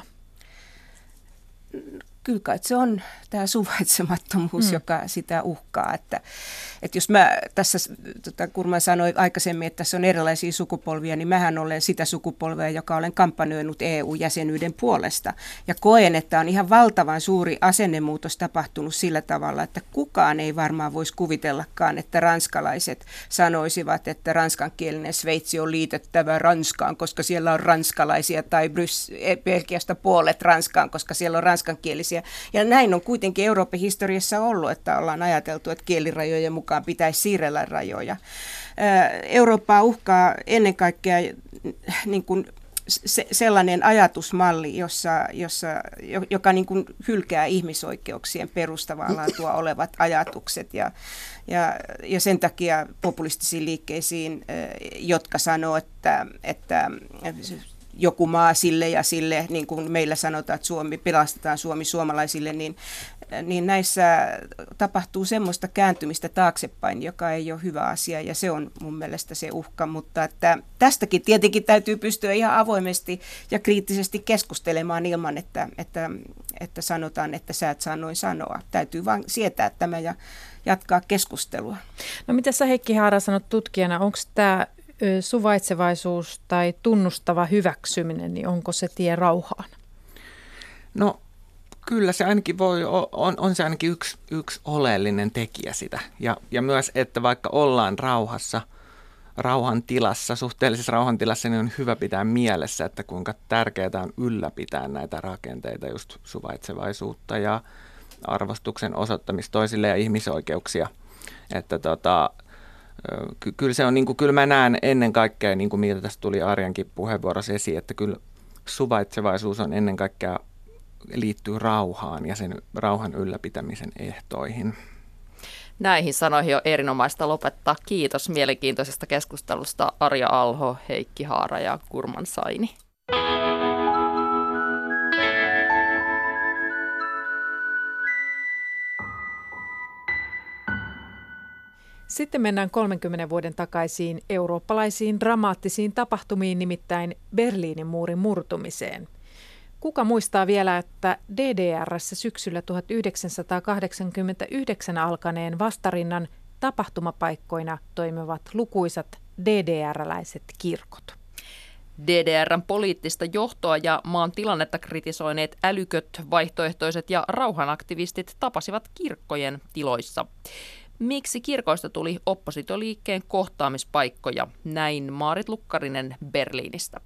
S7: Kyllä kai se on tämä suvaitsemattomuus, mm. joka sitä uhkaa. Että, että jos mä tässä, tota, Kurman sanoi aikaisemmin, että tässä on erilaisia sukupolvia, niin mähän olen sitä sukupolvea, joka olen kampanjoinut E U-jäsenyyden puolesta. Ja koen, että on ihan valtavan suuri asennemuutos tapahtunut sillä tavalla, että kukaan ei varmaan voisi kuvitellakaan, että ranskalaiset sanoisivat, että ranskankielinen Sveitsi on liitettävä Ranskaan, koska siellä on ranskalaisia, tai Brys- Belgiasta puolet Ranskaan, koska siellä on ranskankielisiä. Ja näin on kuitenkin Euroopan historiassa ollut, että ollaan ajateltu, että kielirajojen mukaan pitäisi siirrellä rajoja. Eurooppaa uhkaa ennen kaikkea niin kuin se, sellainen ajatusmalli, jossa, jossa, joka niin kuin hylkää ihmisoikeuksien perustavaa laatua olevat ajatukset. Ja, ja, ja sen takia populistisiin liikkeisiin, jotka sanoo, että, että joku maa sille ja sille, niin kuin meillä sanotaan, että Suomi, pelastetaan Suomi suomalaisille, niin, niin näissä tapahtuu semmoista kääntymistä taaksepäin, joka ei ole hyvä asia, ja se on mun mielestä se uhka, mutta että tästäkin tietenkin täytyy pystyä ihan avoimesti ja kriittisesti keskustelemaan ilman, että, että, että sanotaan, että sä et saa noin sanoa. Täytyy vaan sietää tämä ja jatkaa keskustelua.
S6: No mitä sä Heikki Haara sanot tutkijana, onko tämä suvaitsevaisuus tai tunnustava hyväksyminen, niin onko se tie rauhaan?
S4: No kyllä se ainakin voi, on, on se ainakin yksi, yksi oleellinen tekijä sitä. Ja, ja myös, että vaikka ollaan rauhassa, rauhan tilassa, suhteellisessa rauhan tilassa, niin on hyvä pitää mielessä, että kuinka tärkeää on ylläpitää näitä rakenteita, just suvaitsevaisuutta ja arvostuksen osoittamista toisille ja ihmisoikeuksia. Että tota, ky- kyllä se on, niin kuin, kyllä mä näen ennen kaikkea, niin kuin mitä tässä tuli Arjankin puheenvuorossa esiin, että kyllä suvaitsevaisuus on ennen kaikkea liittyy rauhaan ja sen rauhan ylläpitämisen ehtoihin.
S5: Näihin sanoihin on erinomaista lopettaa. Kiitos mielenkiintoisesta keskustelusta Arja Alho, Heikki Haara ja Kurman Saini.
S6: Sitten mennään kolmenkymmenen vuoden takaisiin eurooppalaisiin dramaattisiin tapahtumiin, nimittäin Berliinin muurin murtumiseen. Kuka muistaa vielä, että D D R:ssä syksyllä tuhatyhdeksänsataakahdeksankymmentäyhdeksän alkaneen vastarinnan tapahtumapaikkoina toimivat lukuisat D D R-läiset kirkot?
S5: D D R:n poliittista johtoa ja maan tilannetta kritisoineet älyköt, vaihtoehtoiset ja rauhanaktivistit tapasivat kirkkojen tiloissa. Miksi kirkoista tuli oppositioliikkeen kohtaamispaikkoja? Näin Maarit Lukkarinen Berliinistä.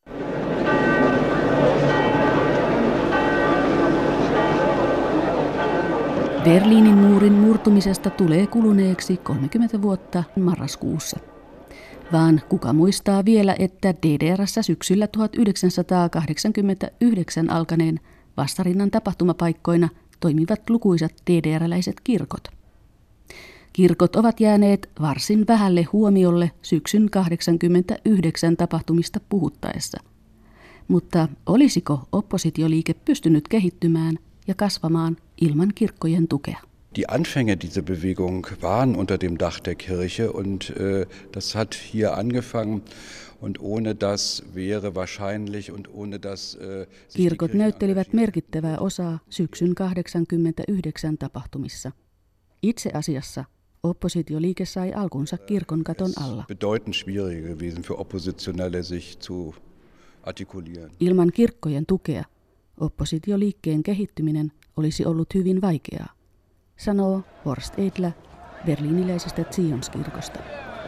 S9: Berliinin muurin murtumisesta tulee kuluneeksi kolmekymmentä vuotta marraskuussa. Vaan kuka muistaa vielä, että D D R:ssä syksyllä tuhatyhdeksänsataakahdeksankymmentäyhdeksän alkaneen vastarinnan tapahtumapaikkoina toimivat lukuisat D D R-läiset kirkot. Kirkot ovat jääneet varsin vähälle huomiolle syksyn kahdeksankymmentäyhdeksän tapahtumista puhuttaessa. Mutta olisiko oppositioliike pystynyt kehittymään ja kasvamaan ilman kirkkojen tukea?
S10: Die Anfänge dieser Bewegung waren unter dem Dach der Kirche und äh, das hat hier angefangen und ohne das wäre wahrscheinlich und ohne das äh,
S9: Kirkot näyttelivät merkittävää osaa syksyn kahdeksankymmentäyhdeksän tapahtumissa. Itse asiassa oppositioliike sai alkunsa kirkon katon alla.
S10: Bedeutend schwieriger gewesen für Oppositionelle sich zu artikulieren.
S9: Ilman kirkkojen tukea oppositioliikkeen kehittyminen olisi ollut hyvin vaikeaa, sanoo Horst Edler berliiniläisestä Zionskirkosta.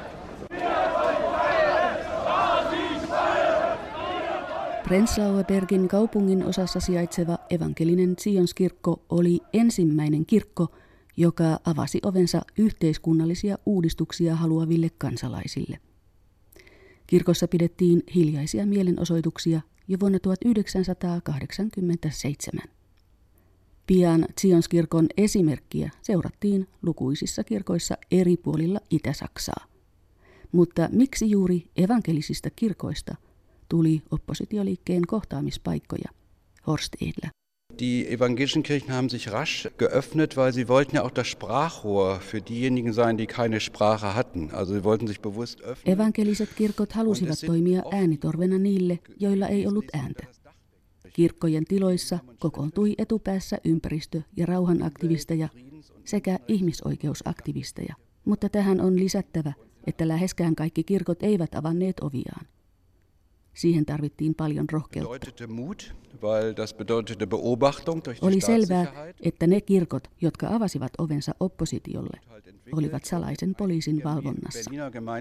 S9: Prenzlauer Bergin kaupungin osassa sijaitseva evankelinen Zionskirkko oli ensimmäinen kirkko, joka avasi ovensa yhteiskunnallisia uudistuksia haluaville kansalaisille. Kirkossa pidettiin hiljaisia mielenosoituksia jo vuonna tuhatyhdeksänsataakahdeksankymmentäseitsemän. Pian Zionskirkon esimerkkiä seurattiin lukuisissa kirkoissa eri puolilla Itä-Saksaa. Mutta miksi juuri evankelisista kirkoista tuli oppositioliikkeen kohtaamispaikkoja? Horst Edler.
S10: Die evangelischen Kirchen haben sich rasch geöffnet, weil sie wollten ja auch das Sprachrohr für diejenigen sein, die keine Sprache hatten. Also sie wollten sich bewusst öffnen.
S9: Evankeliset kirkot halusivat toimia äänitorvena niille, joilla ei ollut ääntä. Kirkkojen tiloissa kokoontui etupäässä ympäristö- ja rauhanaktivisteja sekä ihmisoikeusaktivisteja. Mutta tähän on lisättävä, että läheskään kaikki kirkot eivät avanneet oviaan. Siihen tarvittiin paljon rohkeutta. Oli selvää, että ne kirkot, jotka avasivat ovensa oppositiolle, olivat salaisen poliisin valvonnassa.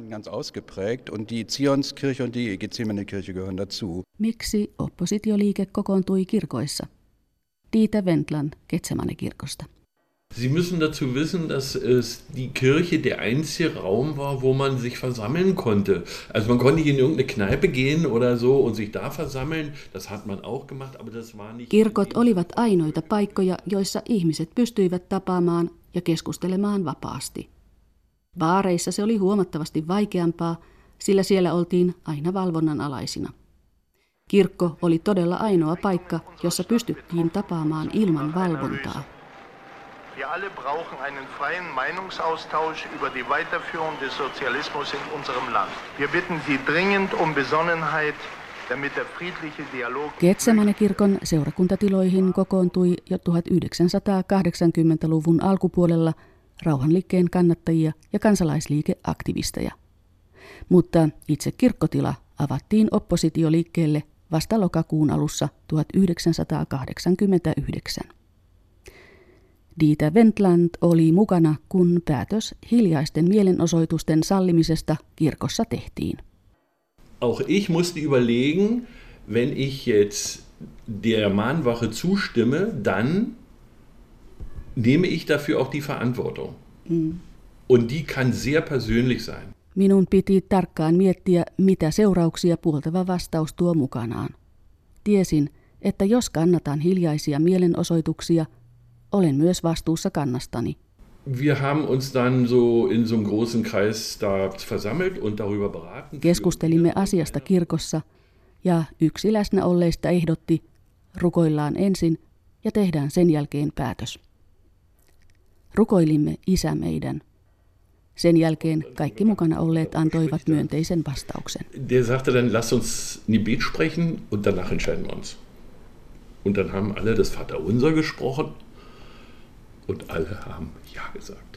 S9: Miksi oppositioliike kokoontui kirkoissa? Dieter Wendland Getsemane-kirkosta.
S11: Sie müssen dazu wissen, dass es die Kirche der einzige Raum war, wo man sich versammeln konnte. Also man konnte nicht in irgendeine Kneipe gehen oder so und sich da versammeln. Das hat man auch gemacht, aber das war nicht.
S9: Kirkot olivat ainoita paikkoja, joissa ihmiset pystyivät tapaamaan ja keskustelemaan vapaasti. Baareissa se oli huomattavasti vaikeampaa, sillä siellä oltiin aina valvonnan alaisina. Kirkko oli todella ainoa paikka, jossa pystyttiin tapaamaan ilman valvontaa.
S12: Wir alle brauchen einen freien Meinungsaustausch über die Weiterführung des Sozialismus in unserem Land. Wir bitten Sie dringend um Besonnenheit, damit der friedliche Dialog.
S9: Getsemane-kirkon seurakuntatiloihin kokoontui jo tuhatyhdeksänsataakahdeksankymmentäluvun alkupuolella rauhanliikkeen kannattajia ja kansalaisliikeaktivisteja. Mutta itse kirkkotila avattiin oppositioliikkeelle vasta lokakuun alussa tuhatyhdeksänsataakahdeksankymmentäyhdeksän. Dieter Wendland oli mukana, kun päätös hiljaisten mielenosoitusten sallimisesta kirkossa tehtiin.
S11: Auch ich musste überlegen, wenn ich jetzt der Mahnwache zustimme, dann nehme ich dafür auch die Verantwortung. Mm. Und die kann sehr persönlich sein.
S9: Minun piti tarkkaan miettiä, mitä seurauksia puoltava vastaus tuo mukanaan. Tiesin, että jos kannatan hiljaisia mielenosoituksia, olen myös vastuussa kannastani.
S11: Wir haben uns dann so in so einem großen Kreis da versammelt und darüber beraten.
S9: Keskustelimme asiasta kirkossa ja yksi läsnä olleista ehdotti, rukoillaan ensin ja tehdään sen jälkeen päätös. Rukoilimme Isä meidän. Sen jälkeen kaikki mukana olleet antoivat myönteisen vastauksen.
S11: Der sagte dann, lass uns in Gebet sprechen und danach entscheiden wir uns. Und dann haben alle das Vaterunser gesprochen. Und alle haben ja gesagt.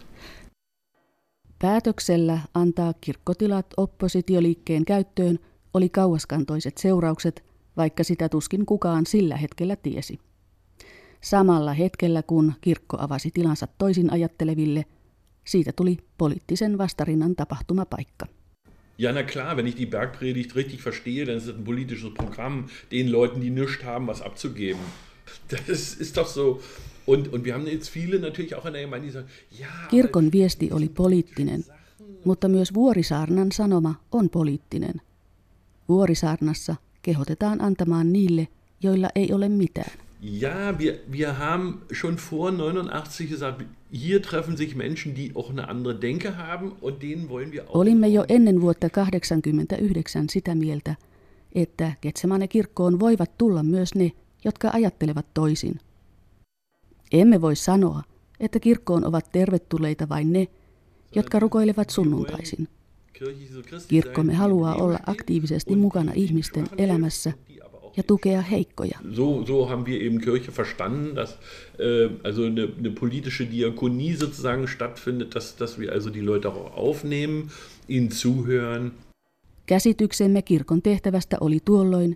S9: Päätöksellä antaa kirkkotilat oppositioliikkeen käyttöön oli kauaskantoiset seuraukset, vaikka sitä tuskin kukaan sillä hetkellä tiesi. Samalla hetkellä, kun kirkko avasi tilansa toisin ajatteleville, siitä tuli poliittisen vastarinnan tapahtumapaikka.
S11: Ja, na klar, wenn ich die Bergpredigt richtig verstehe, dann ist es ein politisches Programm, den Leuten, die nichts haben, was abzugeben. Das ist doch so. Und, und wir haben jetzt viele natürlich auch in der Gemeinde, die sagen, ja.
S9: Kirkon viesti oli poliittinen, mutta myös Vuorisaarnan sanoma on poliittinen. Vuorisaarnassa kehotetaan antamaan niille, joilla ei ole mitään.
S11: Ja, wir, wir haben schon vor neunundachtzig gesagt, hier treffen sich Menschen, die auch eine andere Denke haben und denen wollen wir auch.
S9: Olimme jo ennen vuotta kahdeksankymmentäyhdeksän sitä mieltä, että Getsemane-kirkkoon voivat tulla myös ne, jotka ajattelevat toisin. Emme voi sanoa, että kirkkoon ovat tervetulleita vain ne, jotka rukoilevat sunnuntaisin. Kirkkomme haluaa olla aktiivisesti mukana ihmisten elämässä ja tukea heikkoja.
S11: So, so haben wir eben Kirche verstanden, dass äh, also eine, eine politische Diakonie sozusagen stattfindet, dass, dass wir also die Leute auch aufnehmen, ihnen zuhören.
S9: Käsityksemme kirkon tehtävästä oli tuolloin,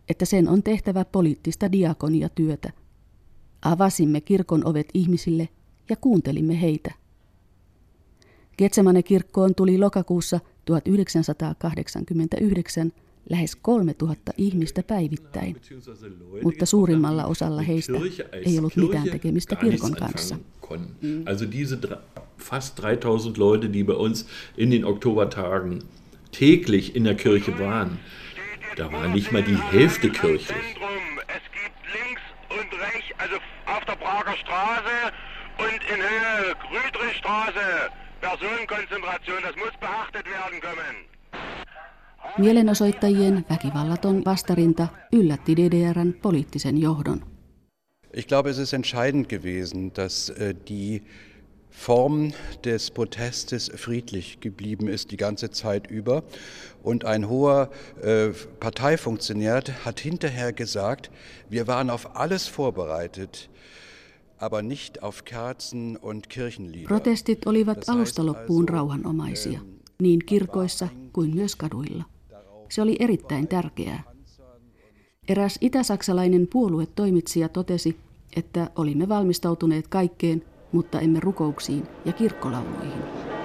S9: että sen on tehtävä poliittista diakoniatyötä. Avasimme kirkon ovet ihmisille ja kuuntelimme heitä. Getsemane-kirkkoon tuli lokakuussa tuhatyhdeksänsataakahdeksankymmentäyhdeksän lähes kolmetuhatta ihmistä päivittäin, mutta suurimmalla osalla heistä ei ollut mitään tekemistä kirkon kanssa.
S11: Also diese fast dreitausend Leute, die bei uns in den Oktobertagen täglich in der Kirche waren, da war nicht mal die Hälfte kirchlich.
S13: Es gibt links und rechts, also auf der Prager Straße und in Höhe Grüdrichstraße, Personenkonzentration, das muss beachtet werden können.
S9: Mielenosoittajien väkivallaton vastarinta yllätti D D R:n poliittisen johdon.
S10: Ich glaube, es ist entscheidend gewesen, dass die Form des Protestes friedlich geblieben ist die ganze Zeit über. Und ein hoher äh, Parteifunktionär hat hinterher gesagt, wir waren auf alles vorbereitet, aber nicht auf Kerzen und Kirchenlieder.
S9: Protestit olivat alusta loppuun rauhanomaisia, niin kirkoissa kuin myös kaduilla. Se oli erittäin tärkeää. Eräs itäsaksalainen puoluetoimitsija totesi, että olimme valmistautuneet kaikkeen, mutta emme rukouksiin ja kirkkolauluihin.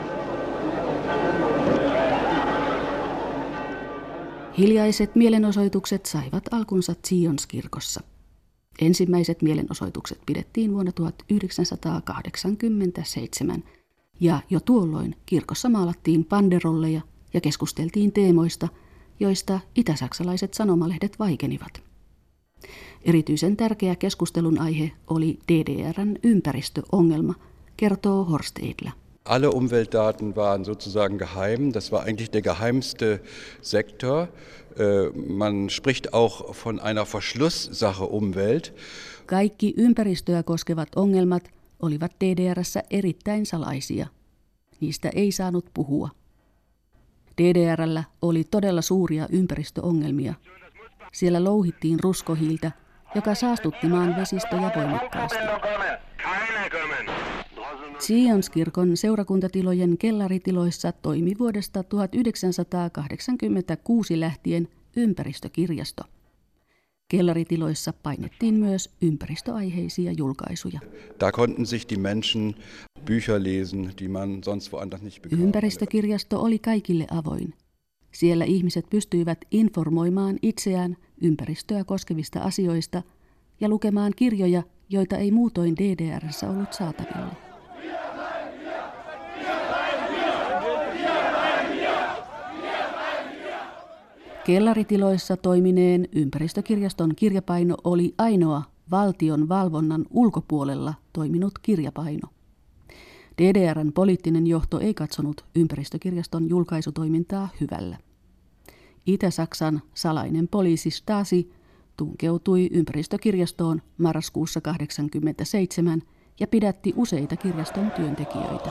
S9: Hiljaiset mielenosoitukset saivat alkunsa Zionskirkossa. Ensimmäiset mielenosoitukset pidettiin vuonna tuhatyhdeksänsataakahdeksankymmentäseitsemän ja jo tuolloin kirkossa maalattiin banderolleja ja keskusteltiin teemoista, joista itäsaksalaiset sanomalehdet vaikenivat. Erityisen tärkeä keskustelun aihe oli D D R:n ympäristöongelma, kertoo Horst Edler.
S10: Alle Umweltdaten waren sozusagen geheim. Das war eigentlich der geheimste Sektor. Man spricht auch von einer Verschlusssache Umwelt.
S9: Kaikki ympäristöä koskevat ongelmat olivat D D R:ssä erittäin salaisia. Niistä ei saanut puhua. D D R:llä oli todella suuria ympäristöongelmia. Siellä louhittiin ruskohiiltä, joka saastutti maan vesistöjä voimakkaasti. Zionskirkon seurakuntatilojen kellaritiloissa toimi vuodesta tuhatyhdeksänsataakahdeksankymmentäkuusi lähtien ympäristökirjasto. Kellaritiloissa painettiin myös ympäristöaiheisia julkaisuja.
S10: Da konnten sich die Menschen Bücher lesen, die man sonst woanders nicht bekam.
S9: Ympäristökirjasto oli kaikille avoin. Siellä ihmiset pystyivät informoimaan itseään ympäristöä koskevista asioista ja lukemaan kirjoja, joita ei muutoin D D R:ssä ollut saatavilla. Kellaritiloissa toimineen ympäristökirjaston kirjapaino oli ainoa valtion valvonnan ulkopuolella toiminut kirjapaino. D D R:n poliittinen johto ei katsonut ympäristökirjaston julkaisutoimintaa hyvällä. Itä-Saksan salainen poliisi Stasi tunkeutui ympäristökirjastoon marraskuussa tuhatyhdeksänsataakahdeksankymmentäseitsemän ja pidätti useita kirjaston työntekijöitä.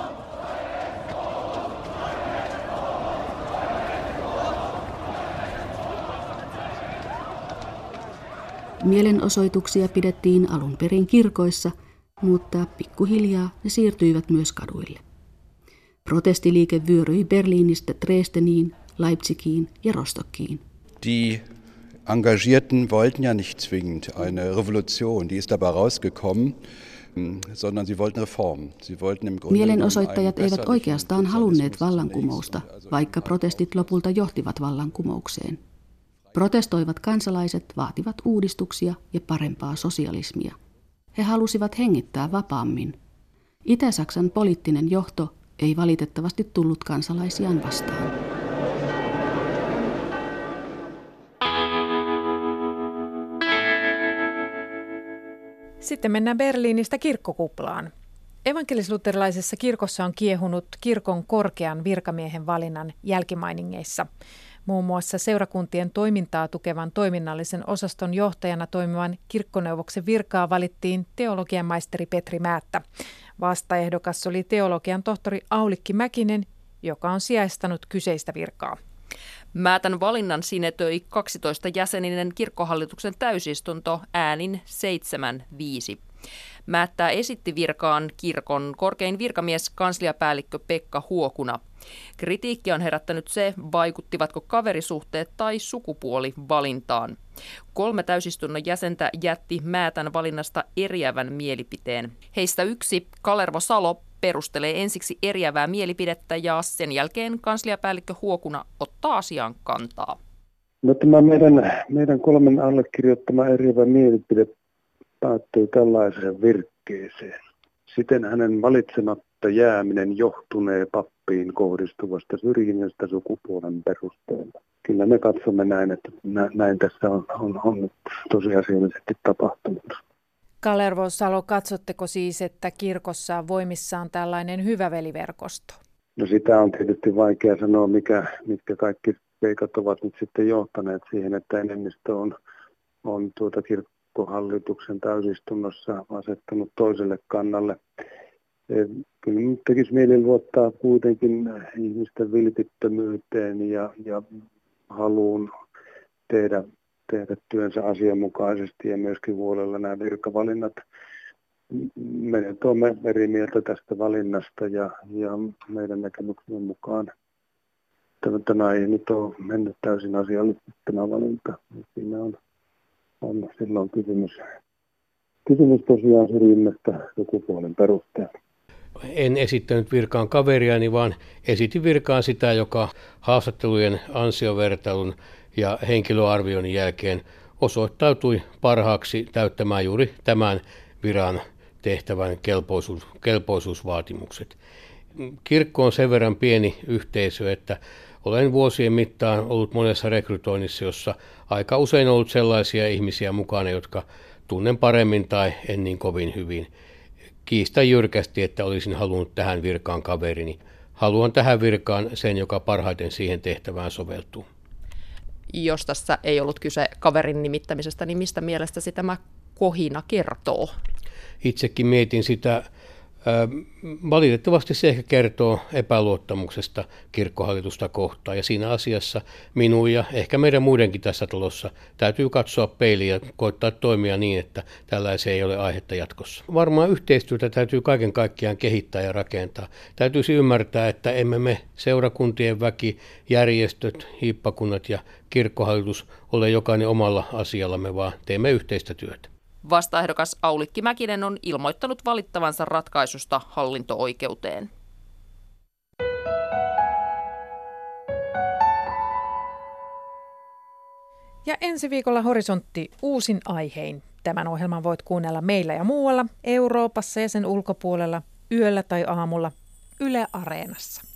S9: Mielenosoituksia pidettiin alun perin kirkoissa, mutta pikkuhiljaa ne siirtyivät myös kaduille. Protestiliike vyöryi Berliinistä Dresdeniin, Leipzigiin ja Rostockiin.
S10: Die Engagierten wollten ja nicht zwingend eine Revolution, die ist dabei rausgekommen, sondern sie wollten Reform. Sie wollten im Grunde
S9: Mielenosoittajat eivät oikeastaan halunneet vallankumousta, vaikka protestit lopulta johtivat vallankumoukseen. Protestoivat kansalaiset vaativat uudistuksia ja parempaa sosialismia. He halusivat hengittää vapaammin. Itä-Saksan poliittinen johto ei valitettavasti tullut kansalaisiaan vastaan.
S6: Sitten mennään Berliinistä kirkkokuplaan. Evankelis-luterilaisessa kirkossa on kiehunut kirkon korkean virkamiehen valinnan jälkimainingeissa. Muun muassa seurakuntien toimintaa tukevan toiminnallisen osaston johtajana toimivan kirkkoneuvoksen virkaa valittiin teologian maisteri Petri Määttä. Vastaehdokas oli teologian tohtori Aulikki Mäkinen, joka on sijaistanut kyseistä virkaa.
S5: Määtän valinnan sinetöi kaksitoista jäseninen kirkkohallituksen täysistunto äänin seitsemän viisi. Määttää esitti virkaan kirkon korkein virkamies kansliapäällikkö Pekka Huokuna. Kritiikki on herättänyt se, vaikuttivatko kaverisuhteet tai sukupuoli valintaan. Kolme täysistunnon jäsentä jätti Määtän valinnasta eriävän mielipiteen. Heistä yksi, Kalervo Salo, perustelee ensiksi eriävää mielipidettä ja sen jälkeen kansliapäällikkö Huokuna ottaa asiaan kantaa.
S14: No, tämä meidän, meidän kolmen allekirjoittama eriävä mielipide päättyy tällaiseen virkkeeseen. Siten hänen valitsematta jääminen johtunee pappiin kohdistuvasta syrjinnästä sukupuolen perusteella. Kyllä me katsomme näin, että näin tässä on, on, on tosiasiallisesti tapahtunut.
S6: Kalervo Salo, katsotteko siis, että kirkossa on voimissaan tällainen hyväveliverkosto?
S14: No, sitä on tietysti vaikea sanoa, mikä, mitkä kaikki seikat ovat nyt sitten johtaneet siihen, että enemmistö on, on tuota kirkkohallituksen täysistunnossa asettanut toiselle kannalle. Kyllä minun tekisi mieli luottaa kuitenkin ihmisten vilpittömyyteen ja, ja haluun tehdä, tehdä työnsä asianmukaisesti ja myöskin huolella nämä virkavalinnat. Me nyt olemme eri mieltä tästä valinnasta ja, ja meidän näkemyksemme mukaan tämä ei nyt ole mennyt täysin asiallisesti tämä valinta. Siinä on, on silloin kysymys, kysymys tosiaan syrjinnästä sukupuolen perusteella.
S15: En esittänyt virkaan kaveriani, vaan esitin virkaan sitä, joka haastattelujen ansiovertailun ja henkilöarvioinnin jälkeen osoittautui parhaaksi täyttämään juuri tämän viran tehtävän kelpoisuus, kelpoisuusvaatimukset. Kirkko on sen verran pieni yhteisö, että olen vuosien mittaan ollut monessa rekrytoinnissa, jossa aika usein on ollut sellaisia ihmisiä mukana, jotka tunnen paremmin tai en niin kovin hyvin. Kiistän jyrkästi, että olisin halunnut tähän virkaan kaverini. Haluan tähän virkaan sen, joka parhaiten siihen tehtävään soveltuu.
S5: Jos tässä ei ollut kyse kaverin nimittämisestä, niin mistä mielestäsi tämä kohina kertoo?
S15: Itsekin mietin sitä. Valitettavasti se ehkä kertoo epäluottamuksesta kirkkohallitusta kohtaan, ja siinä asiassa minun ja ehkä meidän muidenkin tässä talossa täytyy katsoa peiliin ja koittaa toimia niin, että tällaisia ei ole aihetta jatkossa. Varmaan yhteistyötä täytyy kaiken kaikkiaan kehittää ja rakentaa. Täytyisi ymmärtää, että emme me seurakuntien väki, järjestöt, hiippakunnat ja kirkkohallitus ole jokainen omalla asiallamme, vaan teemme yhteistä työtä.
S5: Vastaehdokas Aulikki Mäkinen on ilmoittanut valittavansa ratkaisusta hallinto-oikeuteen.
S6: Ja ensi viikolla Horisontti uusin aihein. Tämän ohjelman voit kuunnella meillä ja muualla, Euroopassa ja sen ulkopuolella, yöllä tai aamulla, Yle Areenassa.